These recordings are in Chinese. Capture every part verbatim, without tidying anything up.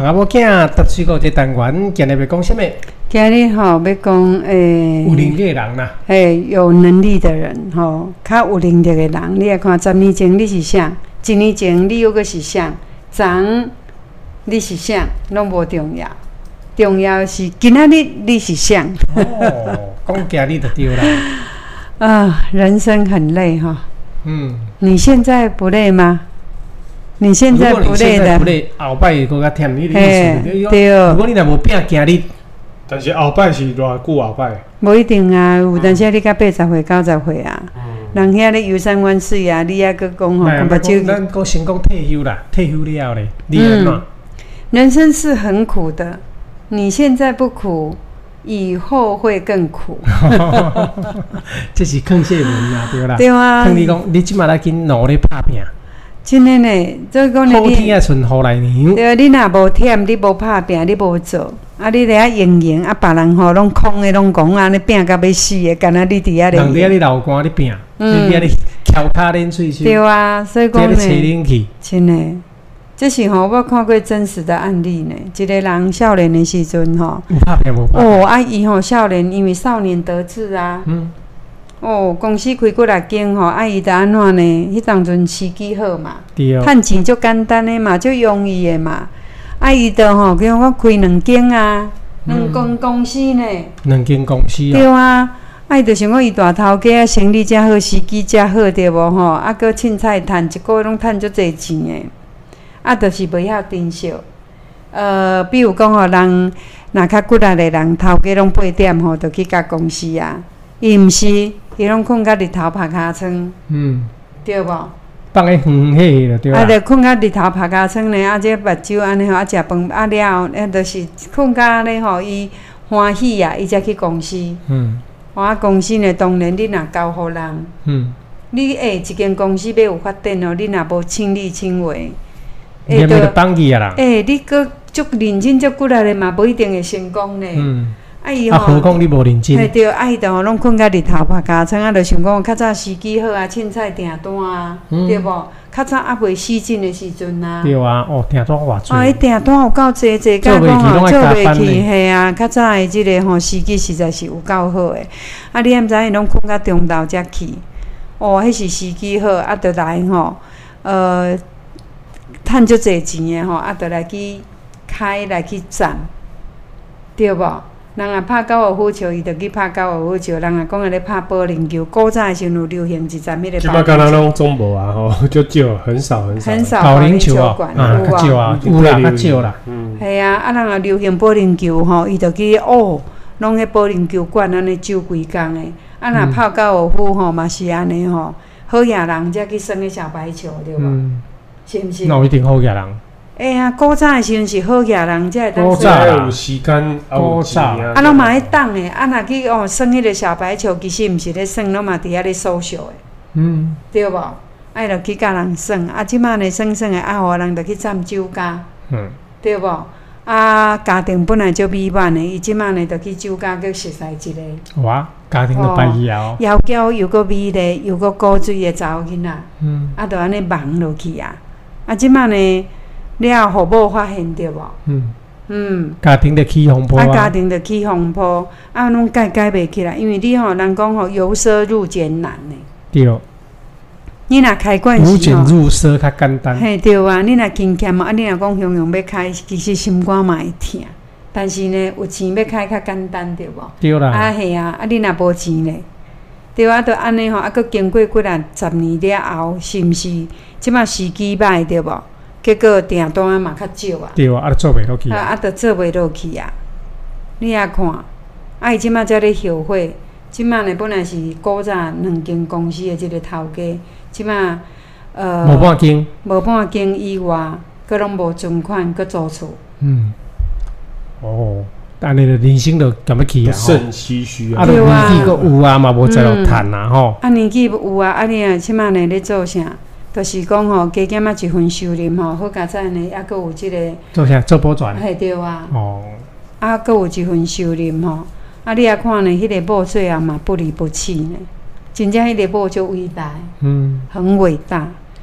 啊，某囝读水果这单元，今日要讲什么？ 今日吼要讲诶， 有能力的人啦， 诶，有能力的人吼，较有能力的人，你来看，十年前你是啥？一年前你又个是啥？昨你是啥？拢无重要，重要是今仔日你是啥？ 哦，讲今日就对啦。 啊，人生很累哈。 嗯。 你现在不累吗？你现在不累的， 不累，后摆会更加忝。你的意思对哦。 如果你若无拼今日， 但是后摆是偌久后摆？ 无一定啊，有当时你到八十岁、九十岁啊，人遐咧游山玩水啊，你还佫讲吼，看目睭。 咱讲先讲退休啦，退休了后咧，你安怎？ 人生是很苦的，你现在不苦，以后会更苦。 这是坑谢文啊，对啦。 对啊。 坑你讲，你即马来紧努力打拼。 真诶呢，做讲你。 好天啊，顺好来年。 对啊，你若无忝，你无拍拼，你无做，啊，你伫遐营营，啊，别人吼拢空诶，拢讲啊，你拼到要死诶，干那你伫遐咧。 人伫遐咧流汗咧拼，你伫遐咧翘骹咧喙喙。 对啊，所以讲呢。 伫遐咧吹冷气。 真诶。这是吼，我看过真实的案例呢。一个人少年的时阵吼， 有拍拼无拍拼？ 哦，啊，伊吼少年，因为少年得志啊。 嗯。 哦，公司开几来间吼，啊，伊得安怎呢？迄当阵时机好嘛， 对哦。 趁钱足简单的嘛，足容易的嘛。啊，伊得吼，叫我开两间啊，两间公司呢。 两间公司啊。 对啊，啊，伊就想讲伊大头家啊，生意真好，时机真好，对无吼？啊，搁凊彩趁一个月拢趁足侪钱的。啊，就是袂晓珍惜。呃，比如讲吼，人若较骨力的人，头家拢八点吼，就去甲公司啊。伊毋是，伊拢困到日头拍尻川。嗯。对无？ 放咧远迄个就对啦。 啊，就困到日头拍尻川呢，啊，这目睭安尼吼，啊，食饭啊了后，啊，就是困到安尼吼，伊欢喜啊，伊才去公司。嗯。啊，公司呢，当然你若交互人。嗯。你诶，一间公司要有发展哦，你若无亲力亲为。 你咪就放弃啊啦！ 诶，你搁足认真足骨力的嘛，无一定会成功呢。嗯。啊伊吼，啊何况你无认真？ 嘿对，啊伊就吼拢困到日头拍尻川，啊，就想讲较早时机好啊，凊彩订单啊，对无？较早还未死尽的时阵啊。 对啊，哦，订单偌济。 啊，伊订单有够济济，甲讲吼做袂起，嘿啊，较早的即个吼时机实在是有够好诶。啊，你毋知伊拢困到中昼才去，哦，迄是时机好，啊，就来吼，呃。趁足侪钱诶吼，啊，着来去开来去赚，对无？人若拍高尔夫球，伊着去拍高尔夫球；人若讲啊咧拍保龄球，古早诶时阵有流行一阵迄个。即摆敢若拢总无啊吼，就少，很少很少。 很少保龄球啊， 较少啊，有啦，较少啦。 嗯。系啊，啊，人若流行保龄球吼，伊着去哦，拢迄保龄球馆安尼周规工诶。啊，若拍高尔夫吼嘛是安尼吼，好野人才去耍迄小白球，对无？是毋是？ 那有一定好野人。 哎呀，古早诶时阵是好野人才会当。 古早有时间， 古早啊，拢嘛会当诶。啊，若去哦，耍迄个小白球，其实毋是咧耍，拢嘛伫遐咧数数诶。嗯。对无？啊，就去甲人耍，啊，即摆呢耍耍诶，啊，互人就去占酒家。嗯。对无？啊，家庭本来就美满诶，伊即摆呢就去酒家去熟识一个。 哇！家庭就摆伊啊。 窈窕又阁美丽，又阁古水诶查某囡仔。嗯。啊，就安尼忙落去啊。啊，即摆呢，了互某发现着无？嗯嗯。家庭着起风波啊！ 啊，家庭着起风波，啊，拢改改袂起来，因为你吼，人讲吼，由奢入俭难呢。 对。 你若开惯势吼， 由俭入奢较简单。 嘿，对啊，你若勤俭嘛，啊，你若讲雄雄要开，其实心肝嘛会疼。但是呢，有钱要开较简单，对无？ 对啦。 啊，系啊，啊，你若无钱呢？对啊，就安尼吼，啊，佮经过几啊十年了后，是毋是？即马时机歹对无？结果订单嘛较少啊。 对啊，啊，做袂落去啊。啊，着做袂落去啊！你啊看，啊，伊即马才咧后悔。即马呢，本来是古早两间公司的即个头家，即马呃。 无半间。 无半间以外，佮拢无存款，佮租厝。嗯。 哦。安尼着人生着咁要去啊， 甚唏嘘啊！啊，年纪阁有啊，嘛无在落趁啊，吼。 啊，年纪有啊，啊，你啊，即摆呢咧做啥？就是讲吼，加减啊一份收入吼，好佳哉呢，还阁有即个。 做啥？做保全。 嘿，对啊。哦。啊，阁有一份收入吼，啊，你啊看呢，迄个某最后嘛不离不弃呢，真正迄个某足伟大。嗯。很伟大，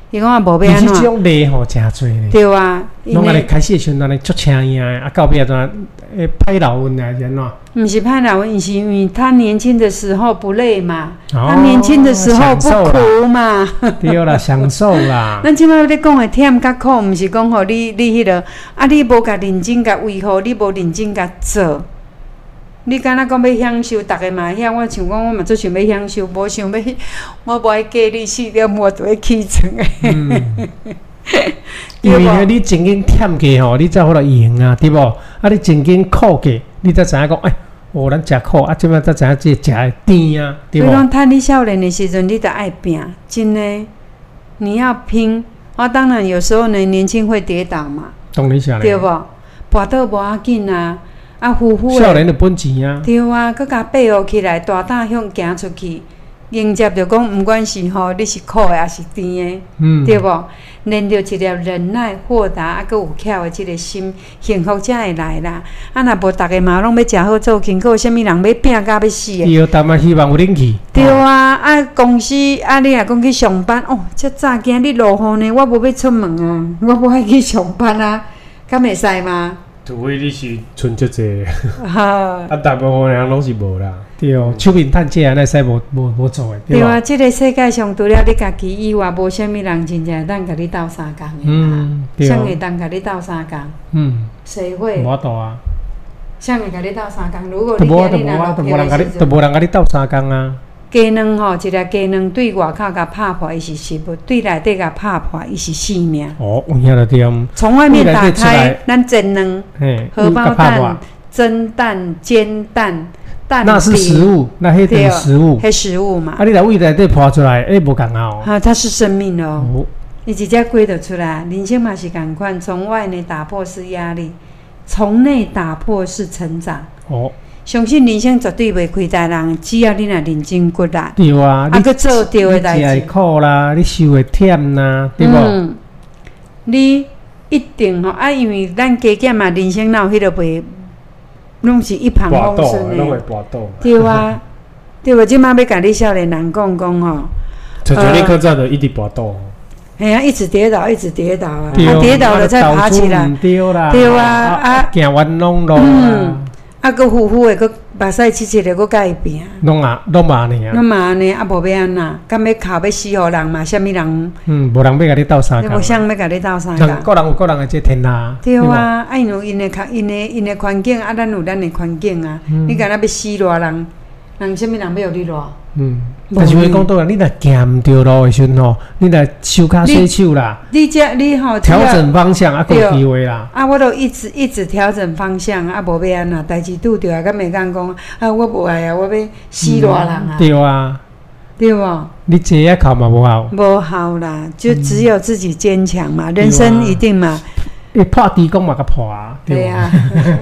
伊讲也无要安其实这怎， 种累吼真多咧。 对啊，因拢安尼为开始的时阵，安尼足青硬的，啊到尾啊怎诶歹老温啊，是安怎？ 不是怕老人，是因为他年轻的时候不累嘛， 哦他年轻的时候不享受啦苦嘛。 对啦，享受啦。 咱即摆咧讲的忝甲苦，毋是讲吼你你迄、那个啊，你无甲认真甲维护，你无认真甲做，你敢若讲要享受，逐个嘛遐，我像讲我嘛做想要享受，无想要，我无爱嫁你死了，我就会起床的。 嗯，因为呢，你真经忝过吼，你才好来用啊，对无？啊，你真经苦过，你才知影讲，哎，哦，咱食苦啊，即摆才知影这食会甜啊，对无？ 所以讲，趁你少年的时阵，你得爱拼，真的，你要拼。啊，当然有时候呢，年轻会跌倒嘛， 当然是安尼。 对无？跋倒无要紧啊，啊，呼呼的。 少年的本钱啊。 对啊，佮甲爬学起来，大胆向行出去，迎接着讲，毋管是吼，你是苦的还是甜的， 嗯， 对无？练着一粒忍耐、豁达，啊，佮有巧的即个心，幸福才会来啦。啊，若无，逐个嘛拢要食好做轻，佮有啥物人要拼甲要死的？ 对，但嘛希望有恁去。 对啊，啊公司啊，你若讲去上班，哦，遮早今日落雨呢，我无要出门啊，我无爱去上班啊，敢会使吗？ 除非你是存足济， 哈， 啊，大部分人拢是无啦。 对，手面趁钱安尼使无无无做的， 对啊， 吧？ 即、这个世界上除了你家己以外，无啥物人真正会当甲你斗相共的嗯，对谁会当甲你斗相共？ 嗯， 谁会？ 无度啊， 谁会甲你斗相共？如果都你无都无啊， 今日若都无人甲你，都都无人甲你斗相共啊。 鸡卵吼，一粒鸡卵对外口甲拍破，伊是食物；对内底甲拍破，伊是性命。 哦，有影就对。 从外面打对内底出来开，咱煎卵、 嘿， 荷包你甲拍蛋破、 蒸蛋、煎蛋、蛋那是食饼， 物，那迄对是食物。 迄食物嘛啊，。你若胃内底破出来，哎，无共啊哦。 啊，它是生命哦。 哦， 你直接归得出来，人生嘛是共款，从外呢打破是压力，从内打破是成长。 哦， 相信人生绝对袂亏待人，只要你若认真骨力， 对啊， 啊， 你佮做对的代你食会志， 苦啦，你受会忝啦，对无？ 嗯，你一定吼啊，因为咱加减嘛，人生哪有迄个袂，拢是一帆跋倒啊， 风顺拢会的， 跋倒。 对啊，对无？即摆要甲你少年人讲讲吼， 像像你较早就一直跋倒， 哎呀，一直跌倒，一直跌倒啊， 对啊跌倒了再爬起来啊，对啦， 对啊啊行弯拢路啦嗯，啊，佮呼呼的，佮目屎七七的，佮甲伊拼。 拢啊，拢嘛呢啊那，嘛安尼，啊无要安那，敢要哭要死互人嘛？啥物人？ 嗯，无人要甲你斗相你共啊。 无想要甲你斗相人共？ 个人有个人的这天啦， 对啊，啊因有因的环，因的因的环境，啊咱有咱的环境啊。 嗯你敢若要死偌人，人啥物人要互你偌？ 嗯，但是话讲倒来，你若行毋对路的时阵吼，你若手骹洗手啦， 你这你吼调整方向啊，有机会啦。 啊，我都一直一直调整方向，啊无要安那，代志拄着啊，敢袂讲讲啊，我无爱啊，我要死偌人啊， 对啊， 对无？ 你坐遐哭嘛无效， 无效啦，就只有自己坚强嘛，人生一定嘛， 你破低工嘛甲破啊， 对啊，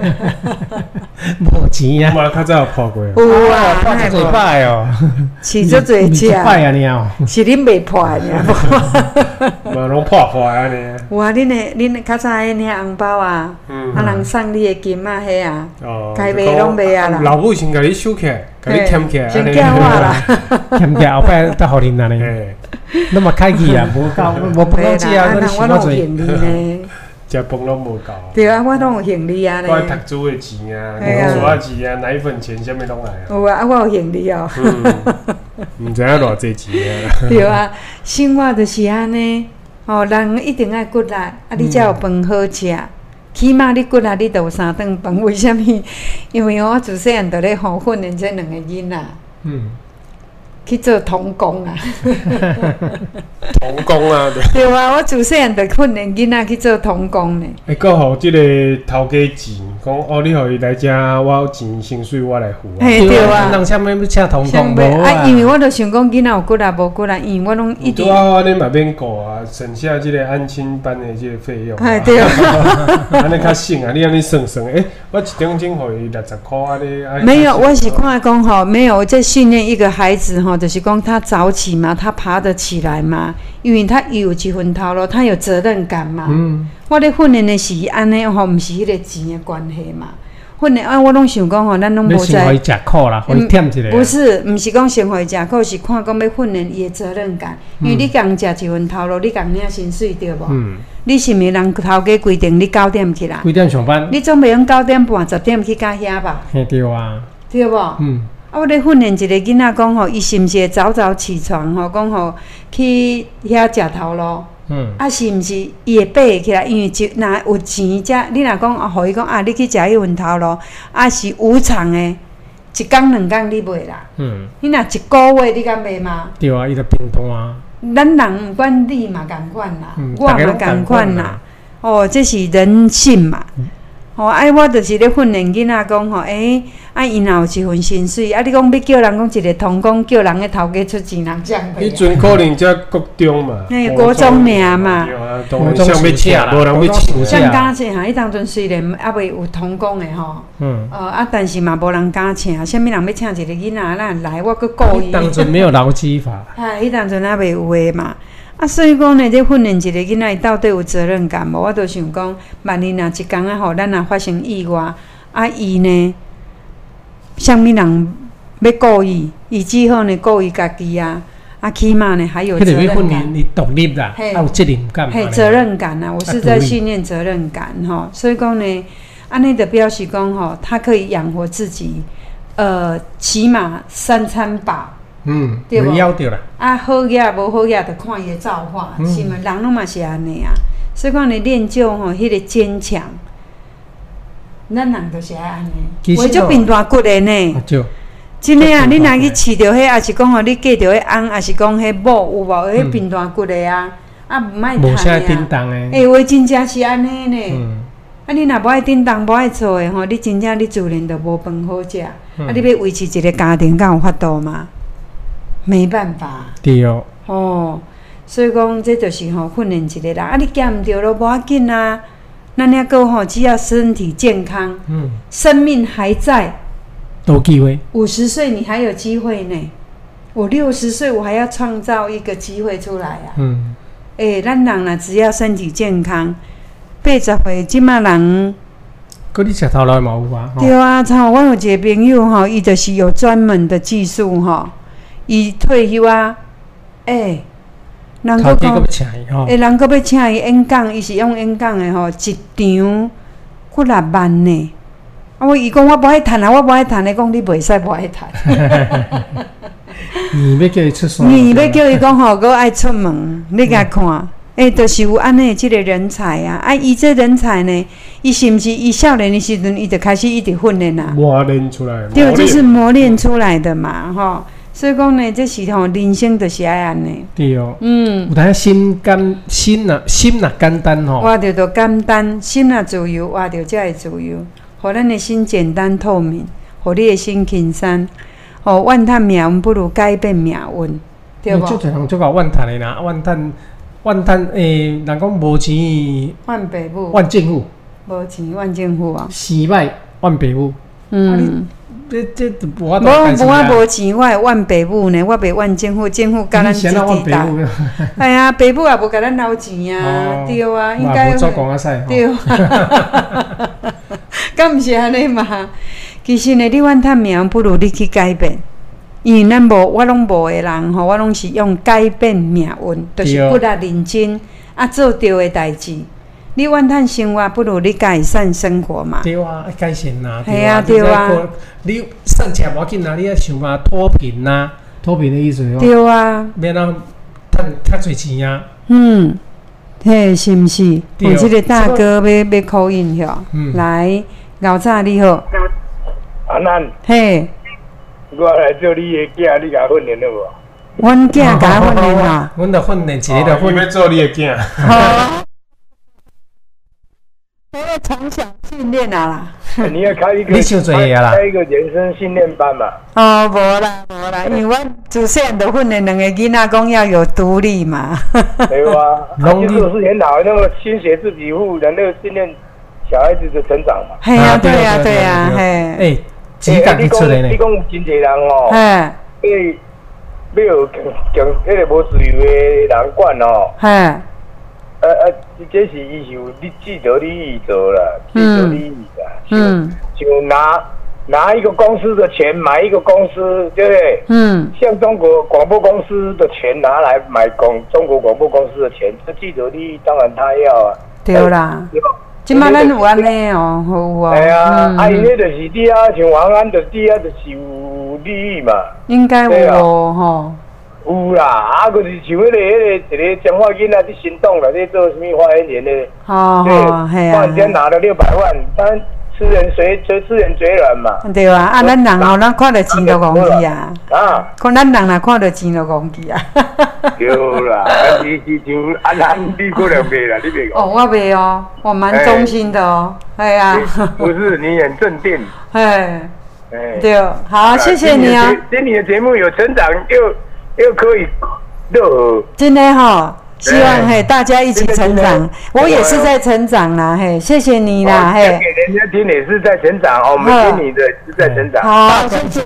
无钱啊， 我嘛较早有破过啊。 有啊， 破一嘴摆哦， 饲足侪只一，摆啊你哦， 是恁袂破的尔。 嘛拢破破安尼。 有啊，恁的恁的较早迄领红包啊， 嗯啊人送你的金啊，迄啊， 哦， 该卖拢卖啊啦老母先甲你收起来，甲你添起来。 先叫我啦， 欠起后摆才互恁安尼， 嘿， 那么开气啊，无够，无不够吃啊， 啊， 你人我想我做， 拢有行李呢， 食饭拢无够。 对啊，我拢有行李啊我读咧， 书的钱啊， 嘿啊书仔钱啊，奶粉钱，啥物拢来啊。 有啊，啊我有行李哦， 嗯，毋知影偌济钱啊啦。 对啊，生活就是安尼，哦，人一定爱骨力，啊，你才有饭好食。起码你骨力，你都有三顿饭。为什么？因为我自细汉就咧互训练这两个囡仔嗯， 去做童工啊。 童工啊，对。 对啊，我自细汉就训练囡仔去做童工呢。 会搁互即个头家钱，讲哦，你互伊来遮，我有钱薪水我来付啊。 嘿对啊人啥物要请童工袂无啊，因为我就想讲囡仔有骨力无骨力，因为我拢一直拄啊，安尼嘛免顾啊，省下即个安亲班的即个费用啊。 哎对啊， 安尼较省啊！你安尼算算，诶、我一点钟互伊六十箍安尼。啊没有，我是看讲吼，没有在训练一个孩子吼，就是讲他早起嘛，他爬得起来嘛，因为他有一份头路，他有责任感嘛。 嗯， 我咧训练的是安尼吼，毋是迄个钱的关系嘛。 训练啊，我拢想讲吼，咱拢无在。 先互伊食苦啦，互伊忝一下。 不是，毋是讲先互伊食苦，是看讲要训练伊的责任感。因为你共食一份头路，你共领薪水对无？嗯。你是毋是人头家规定你九点起来？ 几点上班？ 你总袂用九点半、十点去甲遐吧？ 嘿，对啊。 对无？嗯。啊，我咧训练一个囡仔讲吼，伊是毋是会早早起床吼？讲吼去遐食头路。嗯，啊，是毋是伊会爬起来？因为就若有钱，才你若讲啊，互伊讲啊，你去食迄份头路，啊是无偿的，一工两工你卖啦。嗯，你若一个月你敢卖吗？ 对啊，伊就平摊啊。 咱人毋管你嘛共款啦，嗯、我嘛共款啦。哦，这是人性嘛。嗯吼、哦，哎，我就是咧训练囡仔讲吼，诶、欸，啊，伊若有一份薪水，啊，你讲要叫人讲一个童工，叫人个头家出钱人这样袂。 迄阵可能才国中嘛， 嘿，国中尔嘛， 国中想要请，无人要请。 像敢请哈，伊当阵虽然还未有童工诶吼，嗯，呃啊，但是嘛无人敢请，啥物人要请一个囡仔，咱来我佫故意。 当阵没有劳基法。 哎，伊当阵还未有诶嘛。啊，所以讲呢，这训练一个囡仔，伊到底有责任感无？我就想讲，万一若一工啊吼，咱若发生意外，啊伊呢，啥物人要顾伊，伊只好呢顾伊家己啊，啊起码呢还有责任感。 训练你独立啦，还有责任感。 嘿，责任感啊，我是在训练责任感吼。所以讲呢，安尼的表示讲吼，他可以养活自己，呃，起码三餐饱。 嗯，对无？要着啦。 啊，好嘢无好嘢，就看伊的造化，嗯、是嘛？人拢嘛是安尼啊。所以讲你练就吼，迄个坚强，咱人就是爱安尼。为足变大骨的呢。 啊、就。 真诶啊！你若去饲着迄，也是讲吼，你嫁着迄翁，也是讲迄某有无？迄变大骨的啊，啊，毋爱趁无啥叮当诶。 诶，话真正是安尼呢。嗯。啊，你若无爱叮当，无爱做诶吼，你真正你自然就无饭好食。嗯、啊，你要维持一个家庭，敢有法度吗？没办法， 对哦。 哦，所以讲这就是吼训练一个人，啊，你减毋着咯，无要紧啊。咱遐个吼，只要身体健康，嗯，生命还在， 都有机会。 五十岁你还有机会呢，我六十岁我还要创造一个机会出来啊。嗯，诶、欸，咱人啊，只要身体健康，八十岁即马人。 搁你食头路嘛有啊？ 对啊，像我有一个朋友吼，伊就是有专门的技术吼。伊退休啊，诶、欸，人佫讲， 诶，人佫要请伊演讲，伊是用演讲诶吼，一场佫六万呢。啊，我伊讲我无爱趁啊，我无爱趁诶，讲你袂使无爱趁。 你要叫伊出山？ 你要叫伊讲吼，佫爱出门，你甲看，诶、嗯，著、欸就是有安尼即个人才啊！啊，伊这人才呢，伊是毋是伊少年诶时阵，伊就开始一直训练啊？ 磨练出来。 对，这是磨练出来的嘛，吼。所以讲呢，这是吼人生就是爱安尼。 对哦。嗯。有当心简心若心若简单吼。 活着就简单，心若自由，活着才会自由。互咱的心简单透明，互你的心轻松。吼，怨叹命运不如改变命运，对无？ 足侪人足够怨叹的啦，怨叹怨叹诶，人讲无钱怨爸母， 怨政府。 无钱怨政府啊。 失败怨爸母。嗯。这这无法度解释啊！无我无钱，我会怨爸母呢，我袂怨政府，政府甲咱一滴答。哎呀，爸母也无甲咱留钱啊，对啊，应该。 做公仔屎。 对。敢毋是安尼嘛？其实呢，你怨叹命不如你去改变，因为咱无，我拢无个人吼，我拢是用改变命运，就是不力认真啊，做对的代志。你怨叹生活，不如你改善生活嘛。 对啊，要改善呐。 系啊，对啊。 你省钱无要紧啊，你要想办法脱贫呐，脱贫的意思哦。 对啊。 免让赚较侪钱啊。 嗯，嘿，是毋是？有这个大哥要要 call in 吼，来，牛仔你好。 安南。 嘿。 我来做你的囝，你甲训练了无？ 阮囝甲训练啊。 阮着训练一个，着训要做你的囝。 好。我要从小训练啊啦！你要开一个， 你想做嘢啦？ 开一个人生训练班嘛？ 哦，无啦，无啦，因为我自细汉就训练两个囡仔，讲要有独立嘛。 没有啊，其实是很好，那个先学自己负的那个训练小孩子的成长嘛。 系啊，对啊，对啊，嘿。 诶，自己出来呢。 你讲真侪人哦， 嘿， 被被有强强迄个无自由的人管哦。 嘿。啊啊，这是伊是有你既得利益者啦，既得利益啦。嗯。 就拿拿一个公司的钱买一个公司，对不对？ 嗯， 像中国广播公司的钱拿来买广中国广播公司的钱，这既得利益当然他要啊。 对啦。 对吧？ 即摆咱有安尼哦，好哦。 哎呀， 嗯、 啊，因迄就是底下像王安的底下就是有利益嘛。 应该有哦，吼。 有啦，啊，就是像迄、那个、迄、那个一个彰化囡仔伫新动了，咧做什么发言人咧？ 哦哦，系啊。 突然间拿了六百万，当然吃人随随吃人嘴软嘛。 对啊，啊，咱人哦，咱看到钱就戆去啊。 啊。 看咱人若看到钱就戆去啊。 对啦，但是是像安安，你可能袂啦，你袂讲。 哦，我袂哦，我蛮忠心的哦，哎呀。 不是，你很镇定。 哎。哎。对，好，谢谢你啊。 今年的节目有成长，又。又可以乐呵， 真的哈，希望嘿大家一起成长，我也是在成长啦，嘿，谢谢你啦，嘿。 给人家听也是在成长哦，我们听你的是在成长。 好，谢谢。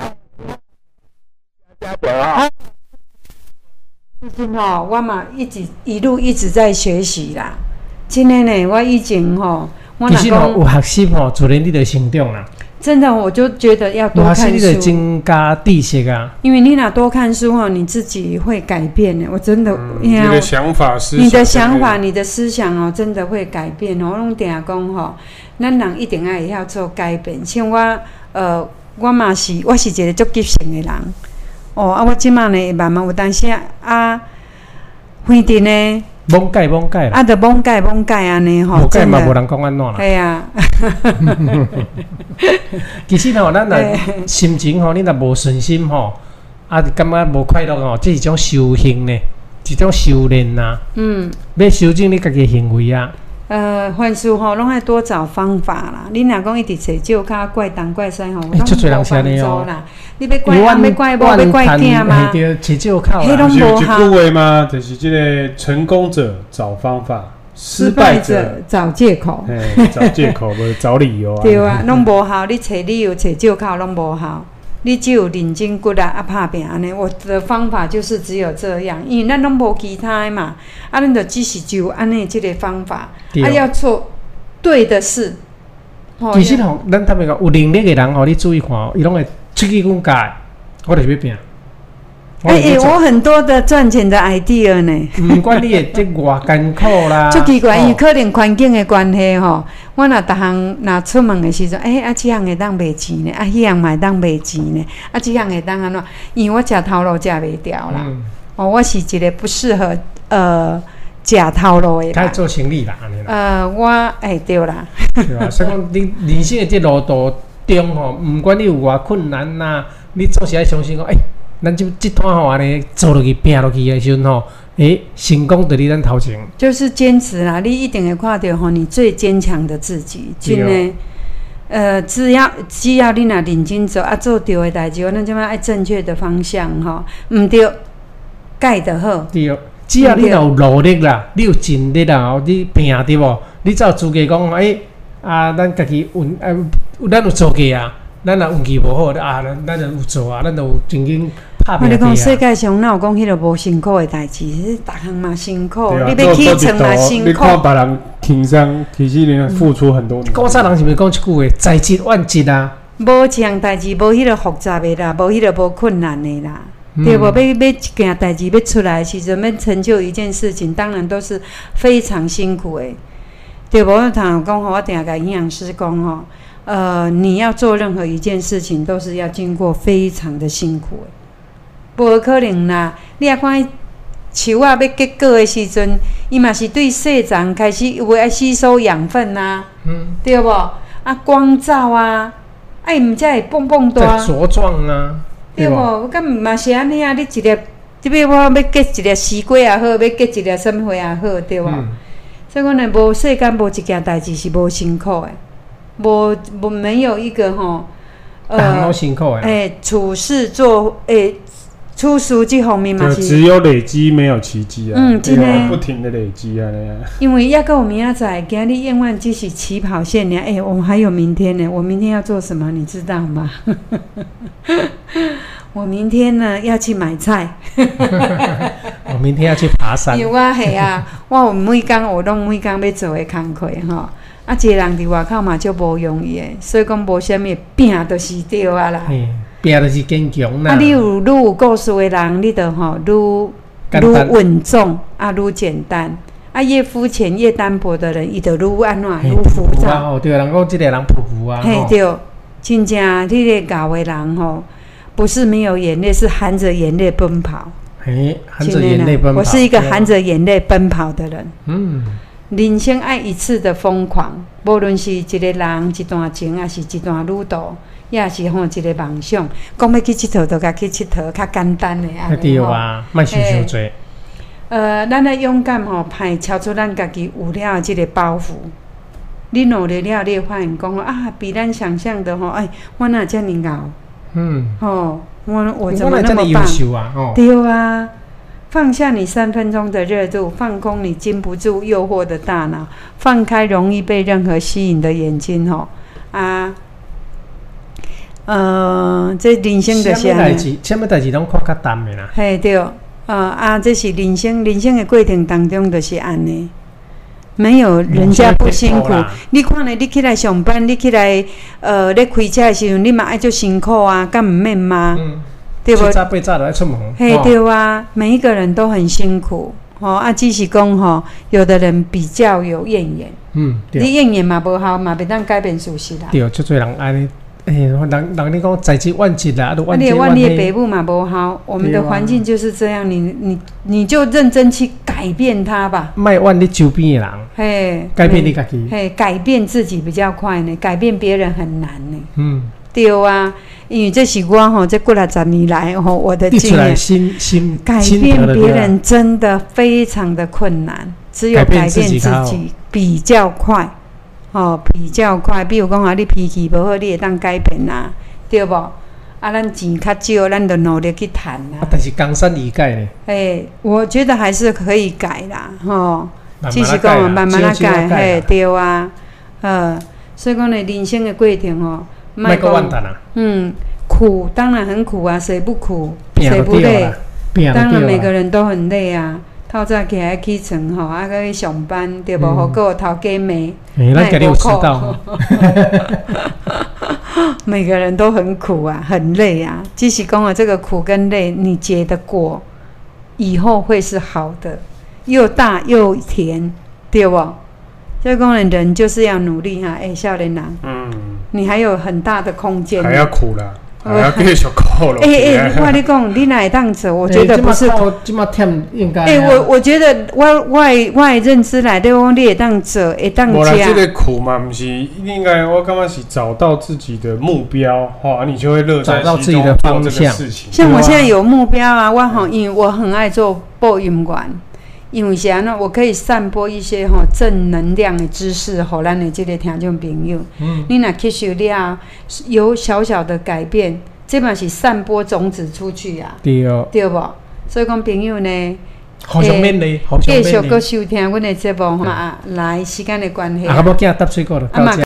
加油啊！ 最近吼，我嘛一直一路一直在学习啦。真的呢，我以前吼，我其实吼有学习吼，自然你就成长啦。 真的，我就觉得要多看书， 你的增加知识啊。 因为你若多看书吼，你自己会改变的。我真的， 嗯、你的想法、思想， 你的想法、你的思想哦，真的会改变哦。我拢定讲吼，咱人一定要会晓做改变。像我，呃，我嘛是，我是一个足急性的人。哦，啊，我即马呢，慢慢有当时啊，反正呢。 罔改罔改啦， 啊，着罔改罔改安尼吼， 无改嘛无人讲安怎啦。 系啊， 其实吼，咱若心情吼，你若无顺心吼，啊，感觉无快乐吼，这是一种修行呢，一种修炼呐。嗯，要修正你家己的行为啊。 呃，凡事吼，拢爱多找方法啦。你若讲一直找借口怪东怪西吼，拢无帮助啦。你要怪人，要怪某，要怪囝嘛？ 对，找借口啦。 迄拢无好。有一句话嘛，就是这个成功者找方法，失败者找借口。 哎，找借口无找理由啊。 对啊，拢无效。你找理由、找借口拢无效。你只有认真骨力啊，拍拼安尼。我的方法就是只有这样，因为咱拢无其他的嘛。啊，咱就只是就安尼这个方法，啊，要做对的事。 其实吼，咱坦白讲，有能力的人吼，你注意看哦，伊拢会出去讲教，我就是要拼。 哎哎、欸欸，我很多的赚钱的 idea 呢。 唔管你会这偌艰苦啦。 足奇怪，伊、哦、可能环境的关系吼。我若逐项若出门的时阵，哎、欸、啊，这项会当卖钱呢，啊，迄项嘛会当卖钱呢，啊，这项会当安怎？因为我食头路食袂掉啦。嗯、哦，我是一个不适合呃食头路的。 他做生意啦，安尼啦。 呃，我哎、欸、对啦。 对啊，所以讲你人生的这路途中吼，唔管你有偌困难呐，你总是爱相信讲，哎、欸。咱就这段吼安尼做落去拼落去的时阵吼，诶，成功在你咱头前。 就是坚持啦，你一定会看到吼，你最坚强的自己。真的，呃，只要只要你若认真做啊，做对的代志，咱即摆爱正确的方向吼，唔对，改得好。 对，只要你若有努力啦，你有尽力啦，你拼对无？你才有资格讲，诶、欸、啊，咱家己运啊，咱有做过啊。咱若运气无好啊，咱咱就有做啊，咱就有曾经拍拼。 我你讲世界上哪有讲迄个无辛苦的代志？逐项嘛辛苦，啊、你要起床嘛辛苦。 你看别人轻松，其实人付出很多。 古早人是毋是讲一句话？在即万即啊。 无一项代志，无迄个复杂的啦，无迄个无困难的啦，嗯、对无？要要一件代志要出来的时阵，要成就一件事情，当然都是非常辛苦的，对无？我常讲吼，我定甲营养师讲吼。呃，你要做任何一件事情，都是要经过非常的辛苦的，无可能啦。你啊看树啊要结果的时阵，伊嘛是对细丛开始有爱吸收养分啊，嗯，对无？啊，光照啊，啊，伊毋才会蹦蹦大， 在茁壮啊， 对无？敢毋嘛是安尼啊？你一粒，即边我要结一粒西瓜也好，要结一粒什么花也好，对无？嗯、所以讲呢，无世间无一件代志是无辛苦的。我我没有一个吼， 呃， 哎，处事做哎，出书这方面嘛是只有累积没有奇迹啊， 嗯，真的不停的累积啊，那样。 因为要到明仔载，今日永远只是起跑线呢。哎，我们还有明天呢，我明天要做什么，你知道吗？我明天呢要去买菜， 我明天要去爬山。 因为我系啊，我有每工我拢每工要做的工课吼。 啊，一个人伫外口嘛就无容易诶，所以讲无啥物拼就是对啊啦。 拼就是坚强啦。 啊，你有愈有故事诶人，你著吼愈愈稳重啊，愈简单。啊，越肤浅越单薄的人，伊就愈安怎愈浮躁。 哦，对，人讲即个人浮浮啊。 嘿，对，真正你个教诶人吼，不是没有眼泪，是含着眼泪奔跑。 嘿，含着眼泪奔跑。 我是一个含着眼泪奔跑的人。 嗯。 人生爱一次的疯狂，无论是一个人、一段情，还是一段旅途，也是吼一个梦想。讲要去佚佗，就甲去佚佗，较简单的安尼。 对啊，莫想伤多。 呃，咱的勇敢吼，歹超出咱家己有了即个包袱。你努力了，你会发现讲啊，比咱想象的吼，哎，我哪遮尔熬？嗯。吼，我我怎么那么棒？ 啊哦、 对啊。放下你三分钟的热度，放空你禁不住诱惑的大脑，放开容易被任何吸引的眼睛吼啊！呃，这人生就是安尼。 什么代志拢看较淡的啦。 嘿对，呃啊，这是人生人生的过程当中就是安尼，没有人家不辛苦。你看咧，你起来上班，你起来呃咧开车的时候，你嘛爱做辛苦啊，敢唔免吗？嗯对不？ 早八早就要出门。 嘿，对啊，每一个人都很辛苦，吼、哦、啊，只是讲吼，有的人比较有怨言，嗯，你怨言嘛无效，嘛袂当改变事实啦。 对，足多人安尼，诶，人人你讲在即万一啦，都万一万你的爸母嘛无效，我们的环境就是这样，你你你就认真去改变它吧。 莫怨你周边的人，嘿，改变你家己， 嘿，改变自己比较快呢，改变别人很难呢。嗯，对啊。因为这是我吼，这过来十年来吼，我的经验，改变别人真的非常的困难，只有改变自己比较快，哦，比较快。比如讲啊，你脾气不好，你会当改变啦，对不？啊，咱钱较少，咱就努力去赚啦。 啊，但是江山易改呢。 诶，我觉得还是可以改啦，吼，只是讲慢慢来改，嘿，对啊，呃，所以讲呢，人生的过程吼。 莫阁怨叹啊！ 嗯，苦当然很苦啊，谁不苦？谁不累？当然每个人都很累啊。透早起来起床吼，啊，去上班对无？好过头家骂， 咱家己有迟到。 每个人都很苦啊，很累啊。只是讲啊，这个苦跟累，你结的果，以后会是好的，又大又甜，对不？所以讲人就是要努力哈，哎、欸，少年人，嗯，你还有很大的空间， 还要苦啦，还要继续苦了。 哎哎，我跟你讲，你哪会当做？我觉得不是。 这么忝应该。 哎，我我觉得我我我的认知来，对讲你会当做，会当吃。无啦，这个苦嘛，不是应该，我感觉是找到自己的目标，哈，你就会乐在其中做这个事情。 像我现在有目标啊，我好，因为我很爱做播音员。因为啥呢？我可以散播一些吼正能量的知识，互咱的这个听众朋友。嗯，你若吸收了，有小小的改变，这嘛是散播种子出去啊。 对哦， 对不？所以讲朋友呢， 好想勉励，好想勉励。 继续搁收听阮的节目嘛，来时间的关系。 啊，我惊搭水果了，到这。